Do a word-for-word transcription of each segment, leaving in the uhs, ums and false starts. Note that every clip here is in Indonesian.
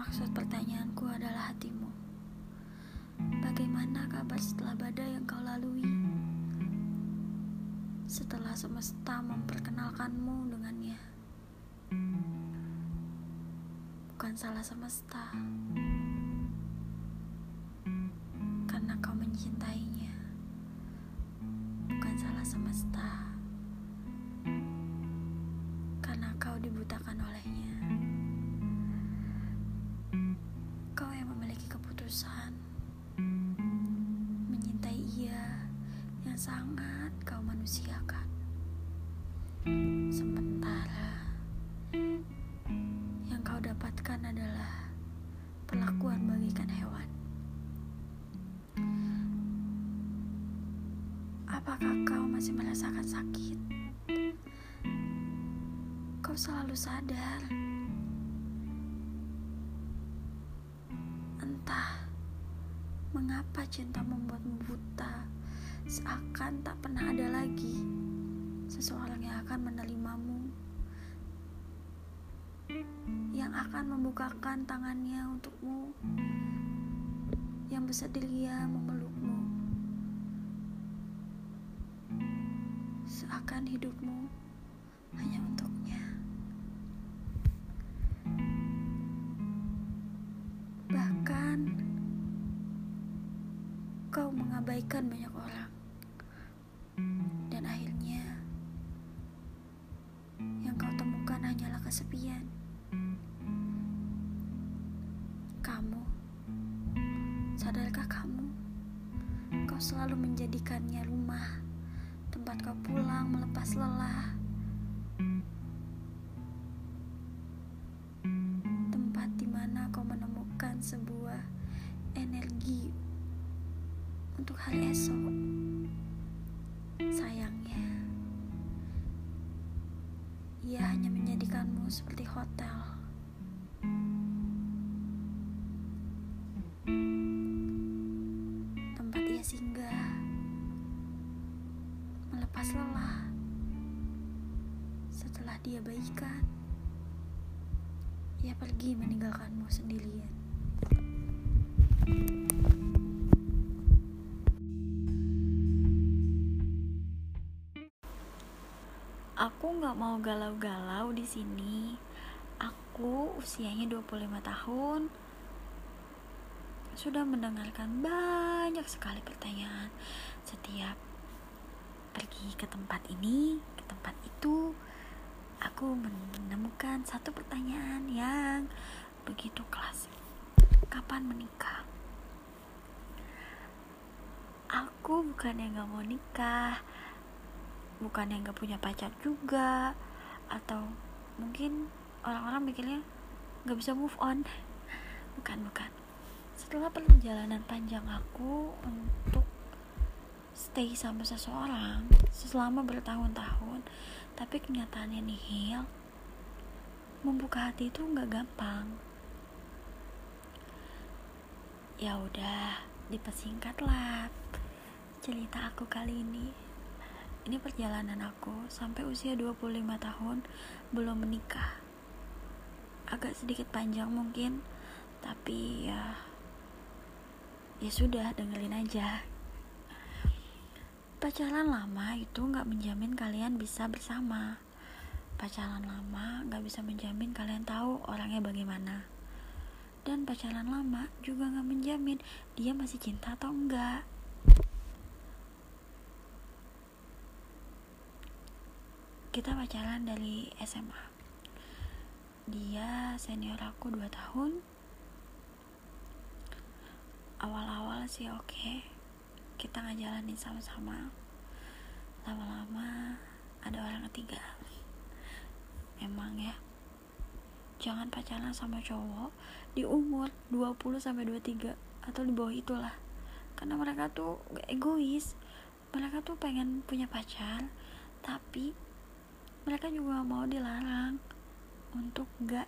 Maksud pertanyaanku adalah hatimu. Bagaimana kabar setelah badai yang kau lalui? Setelah semesta memperkenalkanmu dengannya. Bukan salah semesta, karena kau mencintainya. Bukan salah semesta, karena kau dibutakan olehnya. Kau yang memiliki keputusan menyintai ia yang sangat kau manusiakan. Sementara yang kau dapatkan adalah perlakuan bagaikan hewan. Apakah kau masih merasakan sakit? Kau selalu sadar. Entah mengapa cinta membuatmu buta, seakan tak pernah ada lagi seseorang yang akan menerimamu, yang akan membukakan tangannya untukmu, yang bersedia memelukmu, seakan hidupmu hanya untuknya. Bahkan kau mengabaikan banyak orang, dan akhirnya yang kau temukan hanyalah kesepian. Kamu, sadarkah kamu? Kau selalu menjadikannya rumah, tempat kau pulang melepas lelah, tempat di mana kau menemukan sebuah energi untuk hari esok. Sayangnya, ia hanya menjadikanmu seperti hotel. Tempat ia singgah, melepas lelah. Setelah dia baikan, ia pergi meninggalkanmu sendirian. Aku nggak mau galau-galau di sini. Aku usianya dua puluh lima tahun. Sudah mendengarkan banyak sekali pertanyaan. Setiap pergi ke tempat ini, ke tempat itu, aku menemukan satu pertanyaan yang begitu klasik. Kapan menikah? Aku bukan yang gak mau nikah, bukan yang gak punya pacar juga, atau mungkin orang-orang mikirnya gak bisa move on. Bukan, bukan. Setelah perjalanan panjang aku untuk stay sama seseorang selama bertahun-tahun, tapi kenyataannya nihil, membuka hati itu gak gampang. Ya udah, dipersingkatlah cerita aku kali ini. Ini perjalanan aku sampai usia dua puluh lima tahun belum menikah. Agak sedikit panjang mungkin, tapi ya ya sudah, dengerin aja. Pacaran lama itu gak menjamin kalian bisa bersama. Pacaran lama gak bisa menjamin kalian tahu orangnya bagaimana. Dan pacaran lama juga gak menjamin dia masih cinta atau enggak. Kita pacaran dari S M A. Dia senior aku dua tahun. Awal-awal sih oke okay. Kita ngejalanin sama-sama. Lama-lama ada orang ketiga. Emang ya, jangan pacaran sama cowok di umur dua puluh sampai dua puluh tiga atau di bawah itulah. Karena mereka tuh egois. Mereka tuh pengen punya pacar, tapi mereka juga mau dilarang untuk gak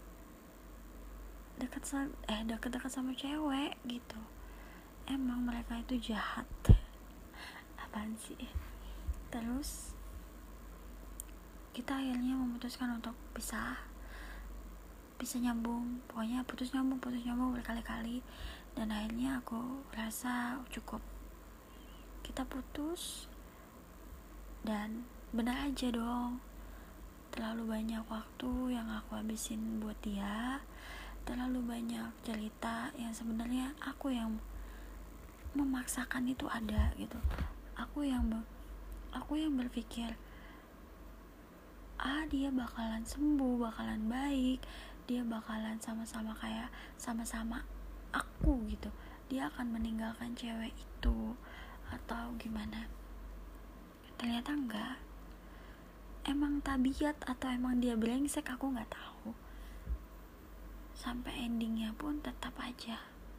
dekat eh dekat-dekat sama cewek gitu. Emang mereka itu jahat. Apaan sih? Terus kita akhirnya memutuskan untuk pisah. bisa nyambung, pokoknya putus nyambung putus nyambung berkali-kali. Dan akhirnya aku rasa cukup, kita putus. Dan benar aja dong, terlalu banyak waktu yang aku habisin buat dia, terlalu banyak cerita yang sebenarnya aku yang memaksakan itu ada gitu. Aku yang ber, aku yang berpikir, ah dia bakalan sembuh, bakalan baik, dia bakalan sama-sama kayak sama-sama aku gitu, dia akan meninggalkan cewek itu atau gimana. Ternyata enggak, emang tabiat atau emang dia brengsek aku nggak tahu. Sampai endingnya pun tetap aja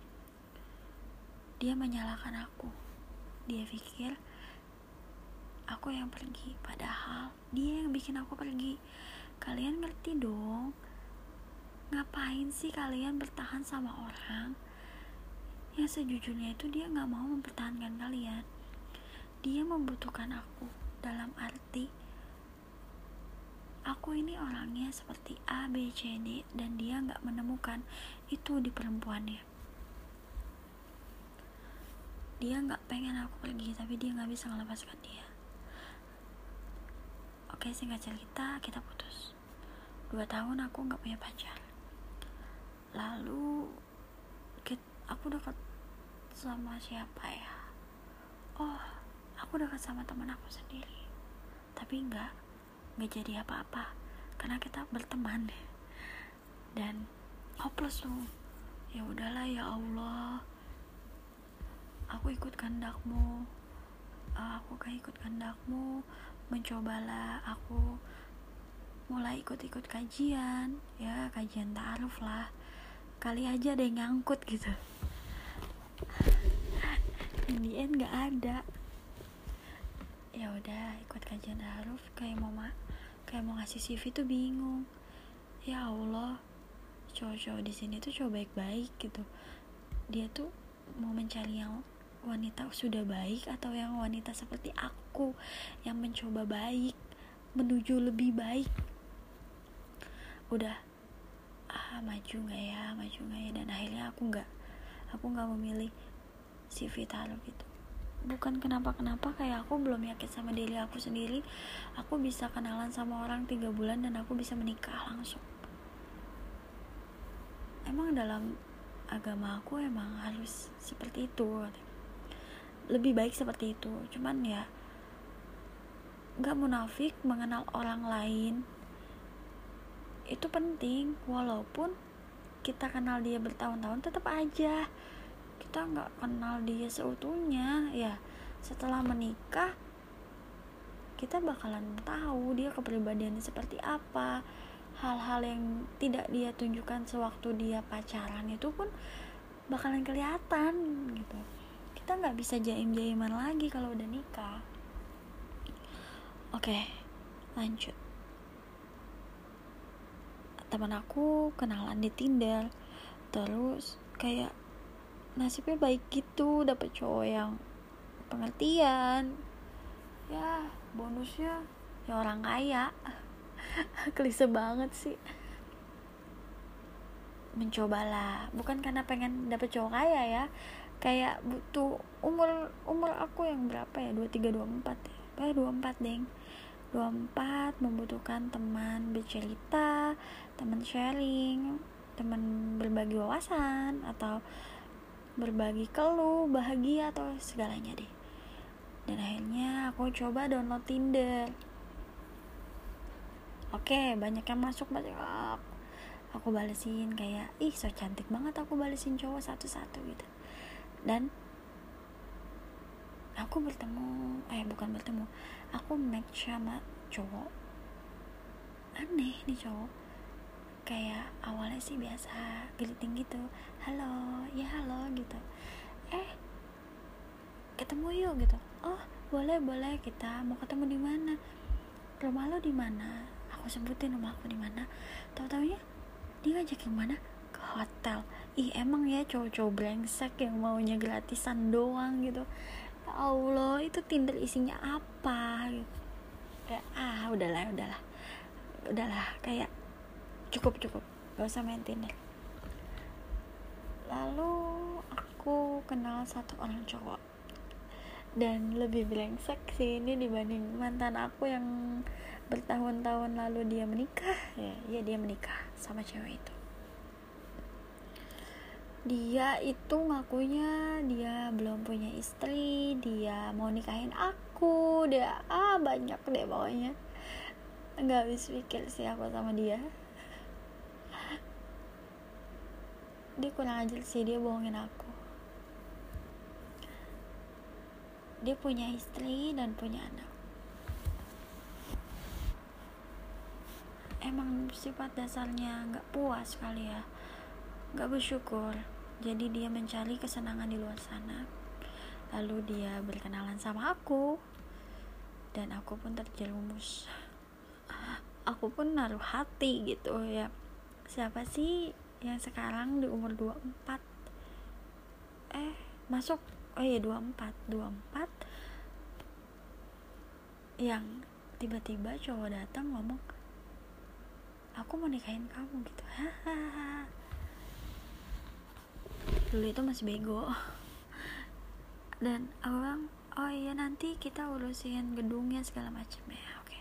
dia menyalahkan aku. Dia pikir aku yang pergi, padahal dia yang bikin aku pergi. Kalian ngerti dong, ngapain sih kalian bertahan sama orang yang sejujurnya itu dia gak mau mempertahankan kalian. Dia membutuhkan aku, dalam arti aku ini orangnya seperti A, B, C, D, dan dia gak menemukan itu di perempuannya. Dia gak pengen aku pergi, tapi dia gak bisa melepaskan dia. Oke, singkat cerita, kita putus. Dua tahun aku gak punya pacar. Lalu aku dekat sama siapa ya? Oh, aku dekat sama teman aku sendiri. Tapi enggak, enggak jadi apa-apa karena kita berteman. Dan hopeless tuh. Ya udahlah ya Allah. Aku ikut kehendakmu. Aku kan ikut kehendakmu. Mencobalah aku mulai ikut-ikut kajian, ya kajian ta'aruf lah. Kali aja ada yang nyangkut gitu. In the end nggak ada. Ya udah ikut kajian ta'aruf, kayak mau ma- kayak mau ngasih C V tuh bingung. Ya Allah, cowok-cowok di sini tuh cowok baik-baik gitu. Dia tuh mau mencari yang wanita sudah baik atau yang wanita seperti aku yang mencoba baik menuju lebih baik. Udah ah maju nggak ya maju nggak ya dan akhirnya aku nggak aku nggak memilih C V taruh gitu. Bukan kenapa-kenapa, kayak aku belum yakin sama diri aku sendiri. Aku bisa kenalan sama orang tiga bulan dan aku bisa menikah langsung. Emang dalam agama aku emang harus seperti itu, lebih baik seperti itu. Cuman ya gak munafik, mengenal orang lain itu penting. Walaupun kita kenal dia bertahun-tahun, tetap aja kita gak kenal dia seutuhnya. Ya setelah menikah kita bakalan tahu dia kepribadiannya seperti apa. Hal-hal yang tidak dia tunjukkan sewaktu dia pacaran itu pun bakalan kelihatan gitu. Kita nggak bisa jaim-jaiman lagi kalau udah nikah. Oke, lanjut. Teman aku kenalan di Tinder, terus kayak nasibnya baik gitu, dapet cowok yang pengertian. Ya bonusnya ya orang kaya. Klise banget sih. Mencobalah, bukan karena pengen dapet cowok kaya ya, kayak butuh umur umur aku yang berapa ya, dua puluh tiga dua puluh empat ya, kayak dua puluh empat deng, dua puluh empat membutuhkan teman bercerita, teman sharing, teman berbagi wawasan atau berbagi keluh, bahagia atau segalanya deh. Dan akhirnya aku coba download Tinder. Oke, banyak yang masuk, banyak aku balesin kayak ih so cantik banget, aku balesin cowok satu-satu gitu. Dan aku bertemu eh bukan bertemu aku match sama cowok aneh nih. Cowok kayak awalnya sih biasa greeting gitu, halo ya halo gitu, eh ketemu yuk gitu. Oh boleh boleh, kita mau ketemu di mana, rumah lo di mana, aku sebutin rumah aku di mana. Tahu-taunya dia ngajak yang mana, ke hotel. Ih emang ya cowok-cowok brengsek yang maunya gratisan doang gitu. Ya Allah, itu Tinder isinya apa gitu. Kayak ah udahlah udahlah udahlah kayak cukup cukup gak usah main Tinder. Lalu aku kenal satu orang cowok, dan lebih brengsek sih ini dibanding mantan aku yang bertahun-tahun lalu dia menikah. Ya, ya dia menikah sama cewek itu. Dia itu ngakunya dia belum punya istri, dia mau nikahin aku, dia ah banyak deh pokoknya. Nggak habis pikir sih aku sama dia. Dia kurang ajar sih, dia bohongin aku. Dia punya istri dan punya anak. Emang sifat dasarnya nggak puas kali ya, nggak bersyukur. Jadi dia mencari kesenangan di luar sana. Lalu dia berkenalan sama aku, dan aku pun terjerumus. Aku pun naruh hati gitu ya. Siapa sih yang sekarang di umur dua puluh empat eh masuk oh iya dua puluh empat dua puluh empat yang tiba-tiba cowok datang ngomong aku mau nikahin kamu gitu. Hahaha. Dulu itu masih bego, dan aku bilang oh iya nanti kita urusin gedungnya segala macam ya. Oke.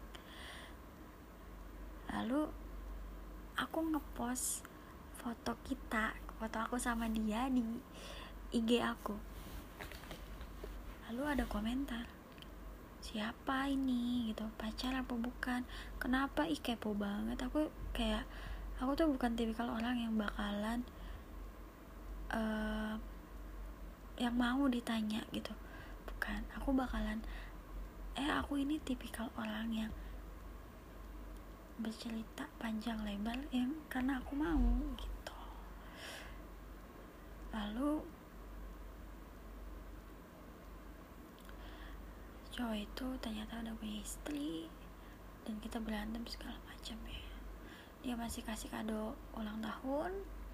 Lalu aku ngepost foto kita, foto aku sama dia di I G aku. Lalu ada komentar, siapa ini gitu, pacar apa bukan, kenapa ih kepo banget. Aku kayak aku tuh bukan tipikal orang yang bakalan uh, yang mau ditanya gitu, bukan. Aku bakalan eh aku ini tipikal orang yang bercerita panjang lebar yang karena aku mau gitu. Lalu cowok itu ternyata udah punya istri, dan kita berantem segala macam ya. Dia masih kasih kado ulang tahun,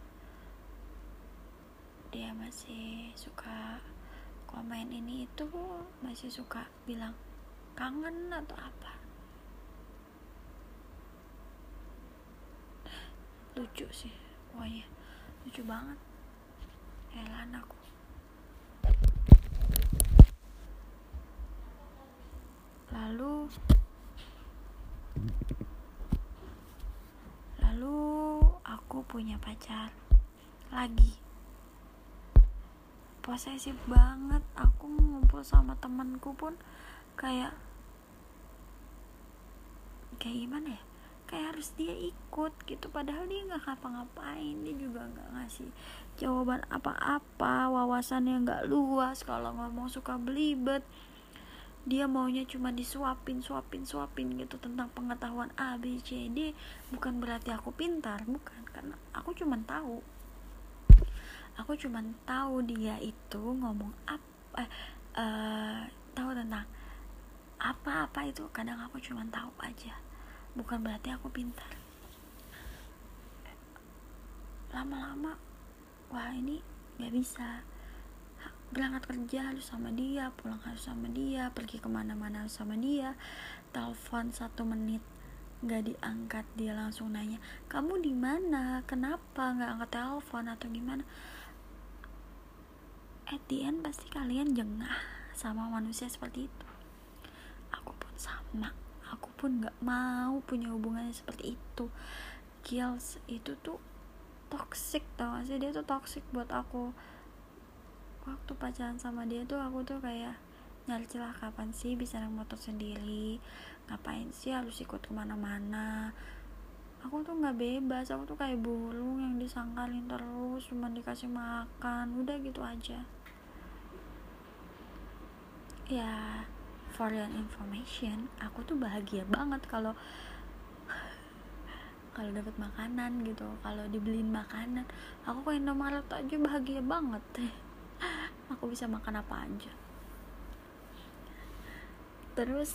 dia masih suka komen ini itu, masih suka bilang kangen atau apa. Lucu sih pokoknya, lucu banget. Heran aku. Lalu Lalu aku punya pacar lagi. Posesif banget. Aku ngumpul sama temanku pun kayak kayak gimana ya, kayak harus dia ikut gitu, padahal dia nggak ngapa-ngapain, dia juga nggak ngasih jawaban apa-apa, wawasannya nggak luas, kalau ngomong suka belibet, dia maunya cuma disuapin suapin suapin gitu tentang pengetahuan A B C D. Bukan berarti aku pintar, bukan, karena aku cuma tahu aku cuma tahu dia itu ngomong apa eh, uh, tahu tentang apa-apa itu, kadang aku cuma tahu aja, bukan berarti aku pintar. Lama-lama wah ini gak bisa, berangkat kerja harus sama dia, pulang harus sama dia, pergi kemana-mana harus sama dia. Telepon satu menit gak diangkat, dia langsung nanya kamu di mana, kenapa gak angkat telepon atau gimana. At the end pasti kalian jengah sama manusia seperti itu. Aku pun sama, aku pun gak mau punya hubungannya seperti itu. Kills itu tuh toxic, tau gak sih, dia tuh toxic buat aku. Waktu pacaran sama dia tuh aku tuh kayak nyari celah, kapan sih bisa naik motor sendiri, ngapain sih harus ikut kemana-mana. Aku tuh gak bebas, aku tuh kayak burung yang disangkalin terus, cuma dikasih makan, udah gitu aja ya. For your information, aku tuh bahagia banget kalau kalau dapat makanan gitu, kalau dibeliin makanan. Aku ke Indomaret aja bahagia banget. Aku bisa makan apa aja. Terus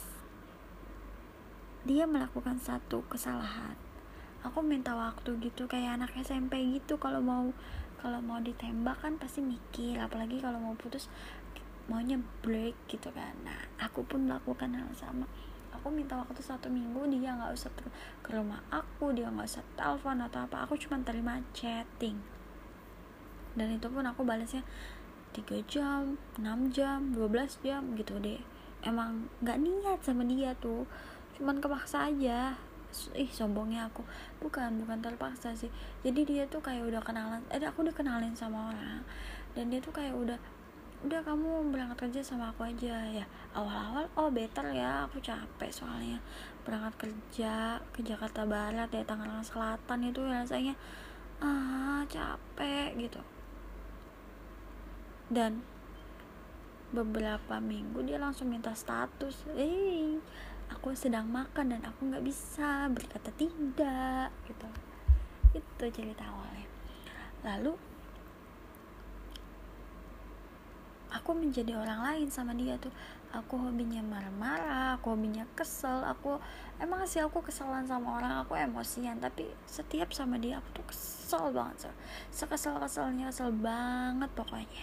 dia melakukan satu kesalahan. Aku minta waktu gitu kayak anak S M P gitu, kalau mau kalau mau ditembak kan pasti mikir, apalagi kalau mau putus maunya break gitu kan. Nah, aku pun melakukan hal sama. Aku aku minta waktu satu minggu, dia nggak usah ke rumah aku, dia nggak usah telepon atau apa, aku cuma terima chatting. Dan itu pun aku balasnya tiga jam, enam jam, dua belas jam gitu deh. Emang nggak niat sama dia tuh, cuman kepaksa aja. Ih, sombongnya aku. Bukan, bukan terpaksa sih. Jadi dia tuh kayak udah kenalan, eh aku udah kenalin sama orang, dan dia tuh kayak udah udah kamu berangkat kerja sama aku aja ya. Awal-awal oh better ya, aku capek soalnya berangkat kerja ke Jakarta Barat ya, Tangerang Selatan itu rasanya ah capek gitu. Dan beberapa minggu dia langsung minta status, eh aku sedang makan dan aku nggak bisa berkata tidak gitu. Itu cerita awalnya. Lalu aku menjadi orang lain sama dia tuh. Aku hobinya marah-marah, aku hobinya kesel. Aku emang sih aku keselan sama orang, aku emosian, tapi setiap sama dia aku tuh kesel banget, sekesel-keselnya, kesel banget pokoknya.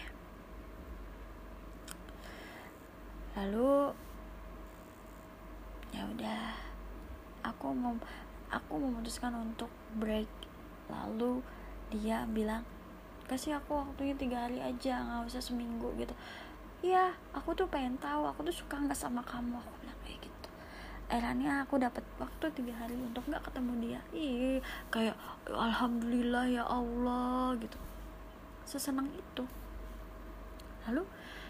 Lalu ya udah, aku mau aku memutuskan untuk break. Lalu dia bilang, kasih aku waktunya tiga hari aja, nggak usah seminggu gitu. Iya, aku tuh pengen tahu, aku tuh suka nggak sama kamu, aku bilang kayak gitu. Akhirnya aku dapat waktu tiga hari untuk nggak ketemu dia. Ih, kayak alhamdulillah ya Allah gitu, sesenang itu. Lalu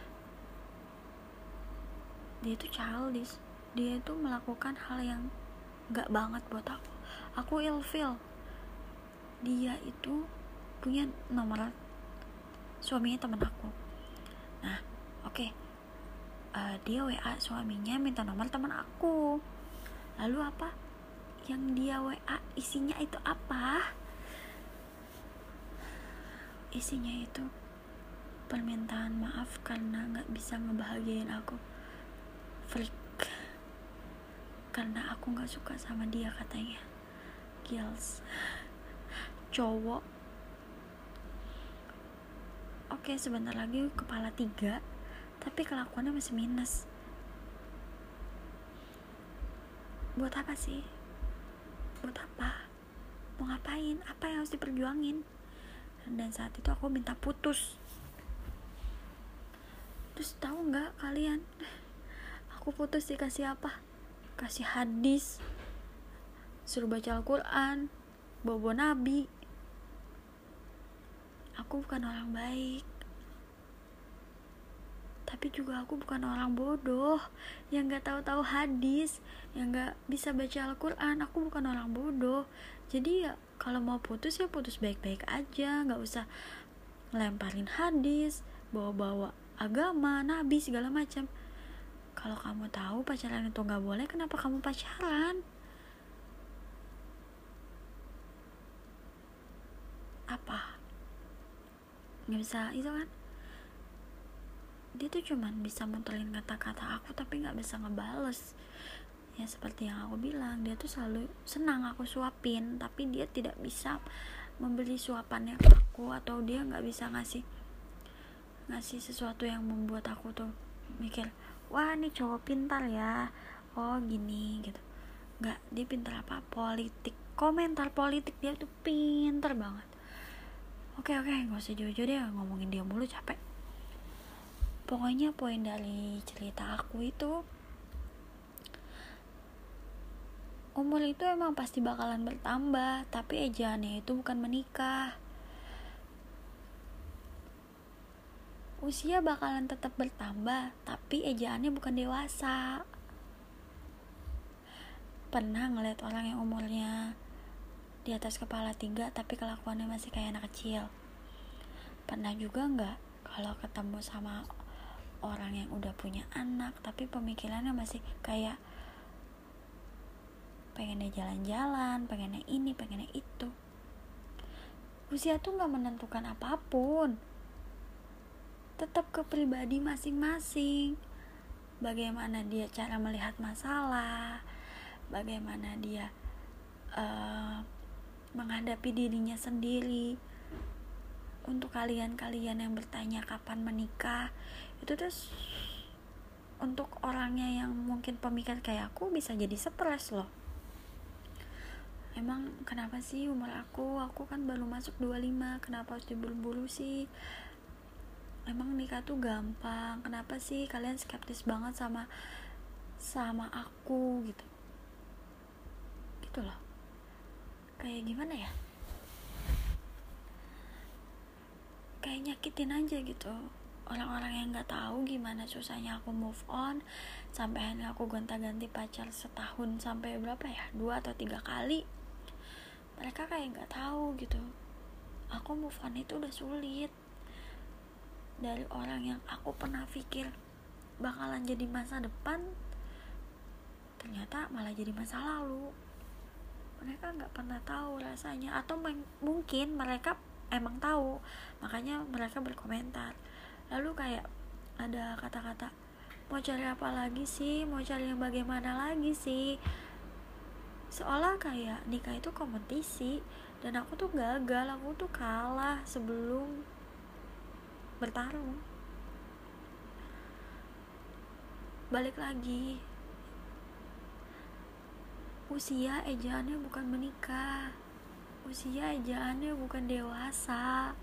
dia tuh childish, dia tuh melakukan hal yang nggak banget buat aku. Aku ilfeel. Dia itu punya nomor suaminya teman aku. Nah, oke, okay. uh, dia W A suaminya minta nomor teman aku. Lalu apa yang dia W A isinya itu apa? Isinya itu permintaan maaf karena gak bisa ngebahagiain aku. Freak. Karena aku gak suka sama dia katanya. Girls, cowok. Oke, sebentar lagi kepala tiga, tapi kelakuannya masih minus. Buat apa sih? Buat apa? Mau ngapain? Apa yang harus diperjuangin? Dan saat itu aku minta putus. Terus tahu nggak kalian? Aku putus dikasih apa? Kasih hadis, suruh baca Al-Quran, bawa Nabi. Aku bukan orang baik, tapi juga aku bukan orang bodoh yang gak tahu-tahu hadis, yang gak bisa baca Al-Quran. Aku bukan orang bodoh. Jadi ya kalau mau putus ya putus baik-baik aja, gak usah lemparin hadis, bawa-bawa agama, nabi, segala macam. Kalau kamu tahu pacaran itu gak boleh, kenapa kamu pacaran? Apa? Gak bisa itu kan? Dia tuh cuman bisa muterin kata-kata aku tapi gak bisa ngebales. Ya seperti yang aku bilang, dia tuh selalu senang aku suapin, tapi dia tidak bisa memberi suapannya ke aku, atau dia gak bisa ngasih ngasih sesuatu yang membuat aku tuh mikir, wah ini cowok pintar ya, oh gini gitu. Gak, dia pintar apa? Politik, komentar politik dia tuh pintar banget. Oke oke, gak usah jauh-jauh deh ngomongin dia mulu, capek. Pokoknya poin dari cerita aku itu, umur itu emang pasti bakalan bertambah, tapi ejaannya itu bukan menikah. Usia bakalan tetap bertambah, tapi ejaannya bukan dewasa. Pernah ngeliat orang yang umurnya di atas kepala tiga tapi kelakuannya masih kayak anak kecil? Pernah juga gak kalau ketemu sama orang yang udah punya anak tapi pemikirannya masih kayak pengennya jalan-jalan, pengennya ini, pengennya itu? Usia tuh gak menentukan apapun, tetap ke pribadi masing-masing. Bagaimana dia cara melihat masalah, bagaimana dia uh, menghadapi dirinya sendiri. Untuk kalian-kalian yang bertanya kapan menikah, itu tuh untuk orangnya yang mungkin pemikir kayak aku bisa jadi stres loh. Emang kenapa sih umur aku aku kan baru masuk dua puluh lima, kenapa harus diburu-buru sih? Emang nikah tuh gampang, kenapa sih kalian skeptis banget sama sama aku gitu gitu loh. Kayak gimana ya, kayak nyakitin aja gitu orang-orang yang nggak tahu gimana susahnya aku move on, sampai akhirnya aku gonta-ganti pacar setahun sampai berapa ya, dua atau tiga kali. Mereka kayak nggak tahu gitu aku move on itu udah sulit dari orang yang aku pernah pikir bakalan jadi masa depan, ternyata malah jadi masa lalu. Mereka nggak pernah tahu rasanya, atau m- mungkin mereka emang tahu makanya mereka berkomentar. Lalu kayak ada kata-kata, mau cari apa lagi sih, mau cari yang bagaimana lagi sih, seolah kayak nikah itu kompetisi dan aku tuh gagal, aku tuh kalah sebelum bertarung. Balik lagi, usia ejaannya bukan menikah, usia ejaannya bukan dewasa.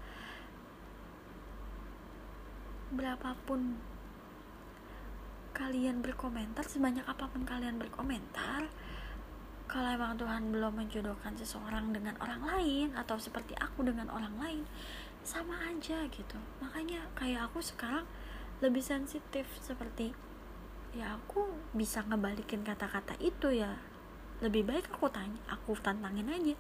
Berapapun kalian berkomentar, sebanyak apapun kalian berkomentar, kalau emang Tuhan belum menjodohkan seseorang dengan orang lain atau seperti aku dengan orang lain, sama aja gitu. Makanya kayak aku sekarang lebih sensitif, seperti ya aku bisa ngebalikin kata-kata itu, ya lebih baik aku tanya, aku tantangin aja.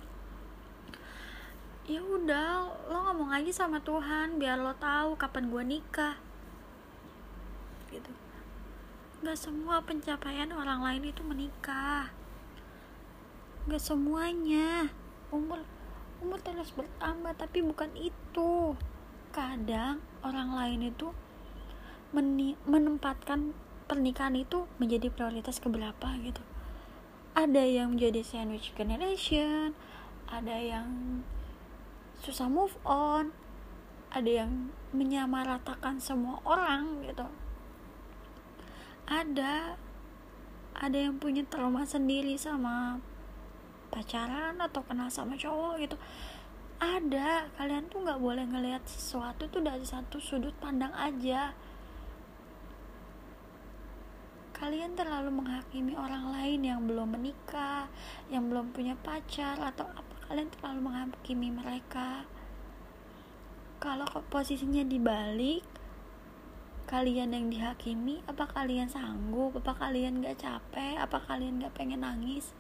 Ya udah, lo ngomong aja sama Tuhan biar lo tahu kapan gue nikah gitu. Gak semua pencapaian orang lain itu menikah, gak semuanya. Umur umur terus bertambah, tapi bukan itu. Kadang orang lain itu meni- menempatkan pernikahan itu menjadi prioritas keberapa gitu. Ada yang menjadi sandwich generation, ada yang susah move on, ada yang menyamaratakan semua orang gitu. Ada ada yang punya trauma sendiri sama pacaran atau kenal sama cowok gitu. Ada, kalian tuh nggak boleh ngelihat sesuatu tuh dari satu sudut pandang aja. Kalian terlalu menghakimi orang lain yang belum menikah, yang belum punya pacar atau apa, kalian terlalu menghakimi mereka. Kalau posisinya dibalik, kalian yang dihakimi, apa kalian sanggup? Apa kalian gak capek? Apa kalian gak pengen nangis?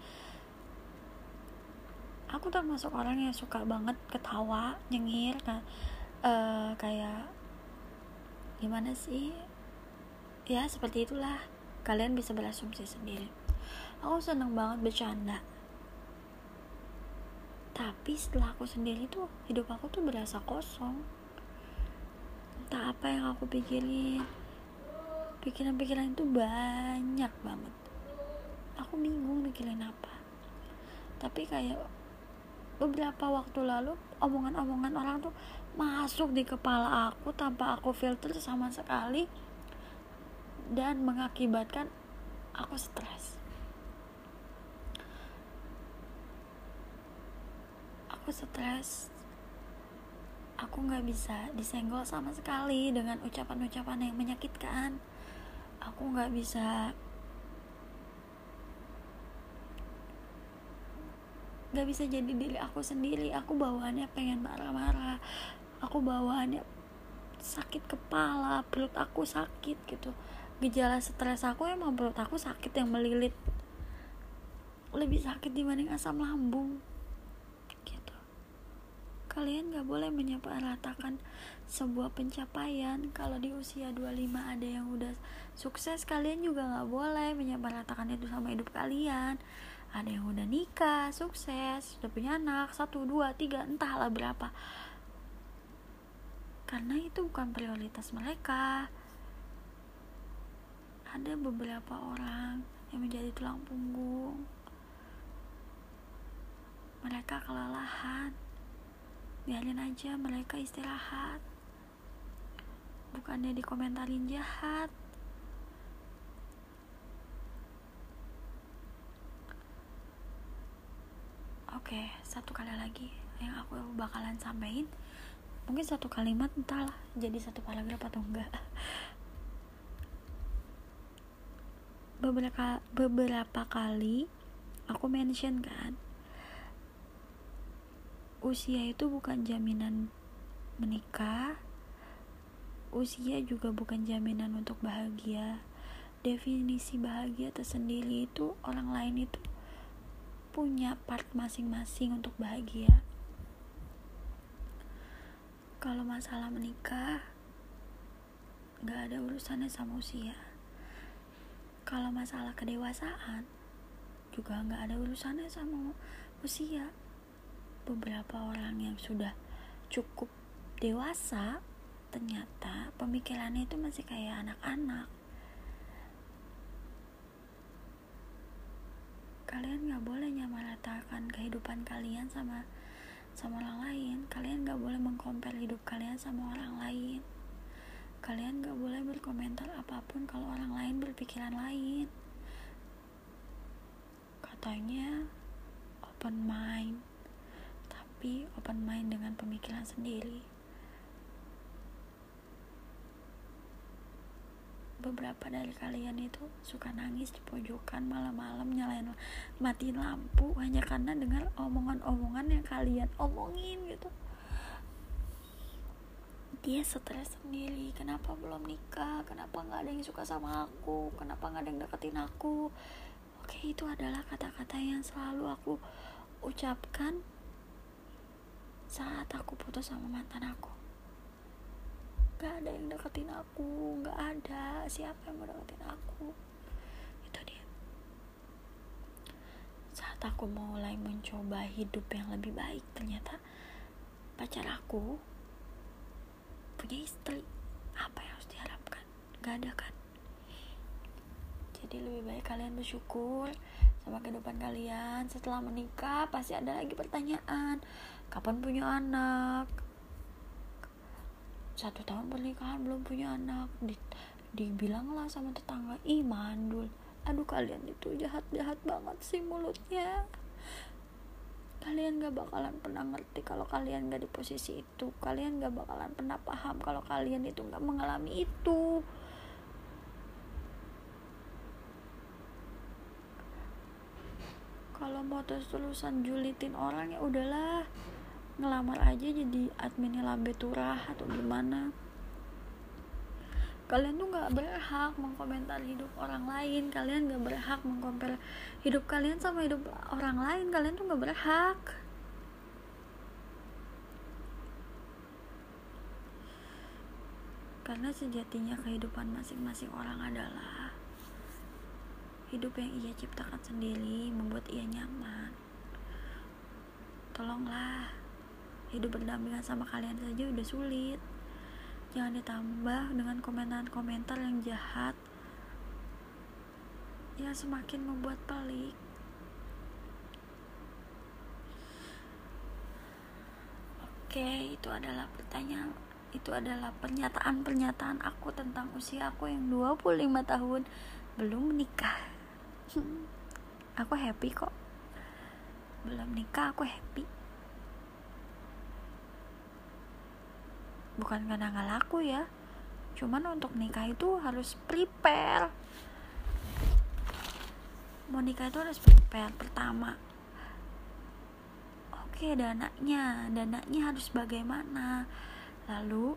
Aku termasuk orang yang suka banget ketawa, nyengir kan, uh, kayak gimana sih? Ya seperti itulah. Kalian bisa berasumsi sendiri. Aku seneng banget bercanda. Tapi setelah aku sendiri tuh, hidup aku tuh berasa kosong. Entah apa yang aku pikirin. Pikiran-pikiran itu banyak banget. Aku bingung mikirin apa. Tapi kayak beberapa waktu lalu omongan-omongan orang tuh masuk di kepala aku tanpa aku filter sama sekali, dan mengakibatkan aku stres. Aku stres. Aku gak bisa disenggol sama sekali dengan ucapan-ucapan yang menyakitkan. Aku gak bisa Gak bisa jadi diri aku sendiri. Aku bawaannya pengen marah-marah, aku bawaannya sakit kepala, perut aku sakit gitu. Gejala stres aku emang perut aku sakit yang melilit, lebih sakit dibanding asam lambung gitu. Kalian gak boleh menyamaratakan sebuah pencapaian. Kalau di usia dua puluh lima ada yang udah sukses, kalian juga gak boleh menyamaratakan itu sama hidup kalian. Ada yang udah nikah, sukses, udah punya anak, satu, dua, tiga, entahlah berapa. Karena itu bukan prioritas mereka. Ada beberapa orang yang menjadi tulang punggung. Mereka kelelahan. Biarin aja mereka istirahat. Bukannya dikomentarin jahat. Oke, satu kali lagi yang aku bakalan sampaikan, mungkin satu kalimat entahlah jadi satu paragraf atau enggak. beberapa beberapa kali aku mention kan, usia itu bukan jaminan menikah, usia juga bukan jaminan untuk bahagia. Definisi bahagia tersendiri itu orang lain itu punya part masing-masing untuk bahagia. Kalau masalah menikah gak ada urusannya sama usia. Kalau masalah kedewasaan juga gak ada urusannya sama usia. Beberapa orang yang sudah cukup dewasa ternyata pemikirannya itu masih kayak anak-anak. Kalian gak boleh nyamaratakan kehidupan kalian sama sama orang lain. Kalian gak boleh mengcompare hidup kalian sama orang lain. Kalian gak boleh berkomentar apapun kalau orang lain berpikiran lain. Katanya open mind, tapi open mind dengan pemikiran sendiri. Beberapa dari kalian itu suka nangis di pojokan malam-malam, nyalain matiin lampu hanya karena dengar omongan-omongan yang kalian omongin gitu. Dia stres sendiri, kenapa belum nikah, kenapa gak ada yang suka sama aku, kenapa gak ada yang deketin aku. Oke, itu adalah kata-kata yang selalu aku ucapkan saat aku putus sama mantan aku. Gak ada yang deketin aku, gak ada siapa yang mau deketin aku. Itu dia. Saat aku mulai mencoba hidup yang lebih baik, ternyata pacar aku punya istri. Apa yang harus diharapkan? Gak ada kan? Jadi lebih baik kalian bersyukur sama kehidupan kalian. Setelah menikah pasti ada lagi pertanyaan, kapan punya anak? Satu tahun pernikahan belum punya anak. Di, dibilanglah sama tetangga, ih mandul. Aduh, kalian itu jahat-jahat banget sih mulutnya. Kalian gak bakalan pernah ngerti kalau kalian gak di posisi itu. Kalian gak bakalan pernah paham kalau kalian itu gak mengalami itu. Kalau mau terus-terusan julitin orang, ya udahlah, ngelamar aja jadi adminnya Lambe Turah atau gimana. Kalian tuh gak berhak mengkomentar hidup orang lain. Kalian gak berhak mengkompar hidup kalian sama hidup orang lain. Kalian tuh gak berhak. Karena sejatinya kehidupan masing-masing orang adalah hidup yang ia ciptakan sendiri, membuat ia nyaman. Tolonglah, hidup berdampingan sama kalian saja udah sulit. Jangan ditambah dengan komentar-komentar yang jahat, yang semakin membuat pelik. Oke, itu adalah pertanyaan, itu adalah pernyataan-pernyataan aku tentang usia aku yang dua puluh lima tahun belum menikah. Aku happy kok. Belum nikah aku happy. Bukan karena gak laku ya, cuman untuk nikah itu harus prepare. Mau nikah itu harus prepare. Pertama, oke, dananya dananya harus bagaimana. Lalu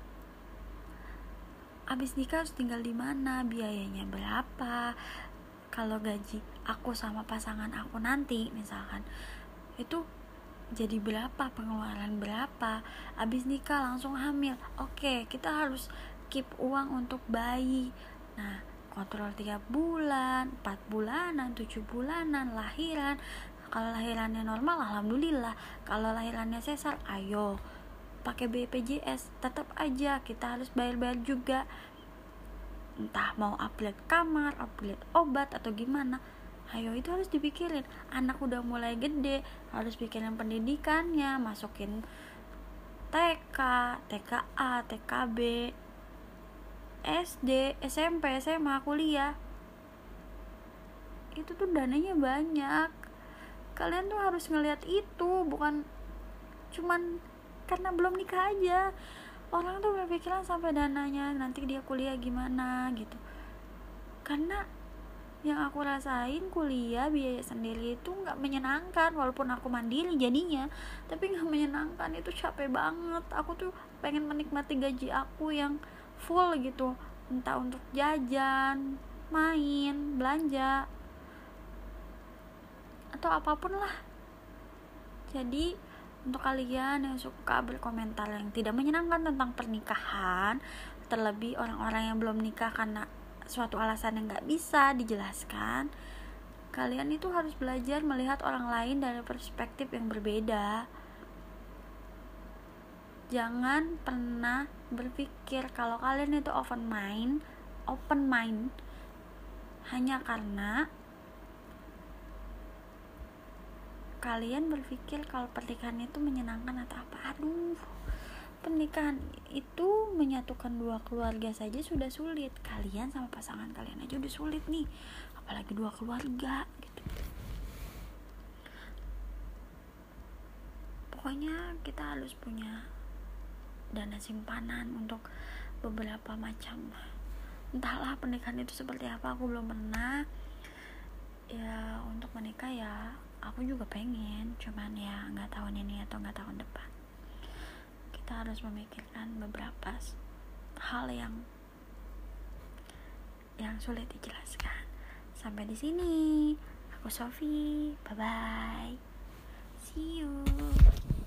abis nikah harus tinggal di mana, biayanya berapa. Kalau gaji aku sama pasangan aku nanti misalkan itu jadi berapa, pengeluaran berapa. Abis nikah langsung hamil, oke, kita harus keep uang untuk bayi. Nah, kontrol tiga bulan, empat bulanan, tujuh bulanan, lahiran. Kalau lahirannya normal, alhamdulillah. Kalau lahirannya sesar, ayo pakai B P J S. Tetap aja kita harus bayar-bayar juga. Entah mau upgrade kamar, upgrade obat atau gimana. Ayo, itu harus dipikirin. Anak udah mulai gede, harus pikirin pendidikannya, masukin T K, T K A, T K B, S D, S M P, S M A, kuliah. Itu tuh dananya banyak. Kalian tuh harus ngelihat itu, bukan cuman karena belum nikah aja. Orang tuh berpikiran sampai dananya nanti dia kuliah gimana gitu. Karena yang aku rasain kuliah biaya sendiri itu nggak menyenangkan, walaupun aku mandiri jadinya, tapi nggak menyenangkan, itu capek banget. Aku tuh pengen menikmati gaji aku yang full gitu, entah untuk jajan, main, belanja, atau apapun lah. Jadi untuk kalian yang suka berkomentar yang tidak menyenangkan tentang pernikahan, terlebih orang-orang yang belum nikah karena suatu alasan yang gak bisa dijelaskan, kalian itu harus belajar melihat orang lain dari perspektif yang berbeda. Jangan pernah berpikir kalau kalian itu open mind, open mind hanya karena kalian berpikir kalau pernikahan itu menyenangkan atau apa. Aduh, pernikahan itu menyatukan dua keluarga saja sudah sulit. Kalian sama pasangan kalian aja udah sulit nih, apalagi dua keluarga gitu. Pokoknya kita harus punya dana simpanan untuk beberapa macam, entahlah pernikahan itu seperti apa, aku belum pernah. Ya untuk menikah ya aku juga pengen, cuman ya nggak tahun ini atau nggak tahun depan. Kita harus memikirkan beberapa hal yang yang sulit dijelaskan. Sampai di sini, aku Sofi, bye bye, see you.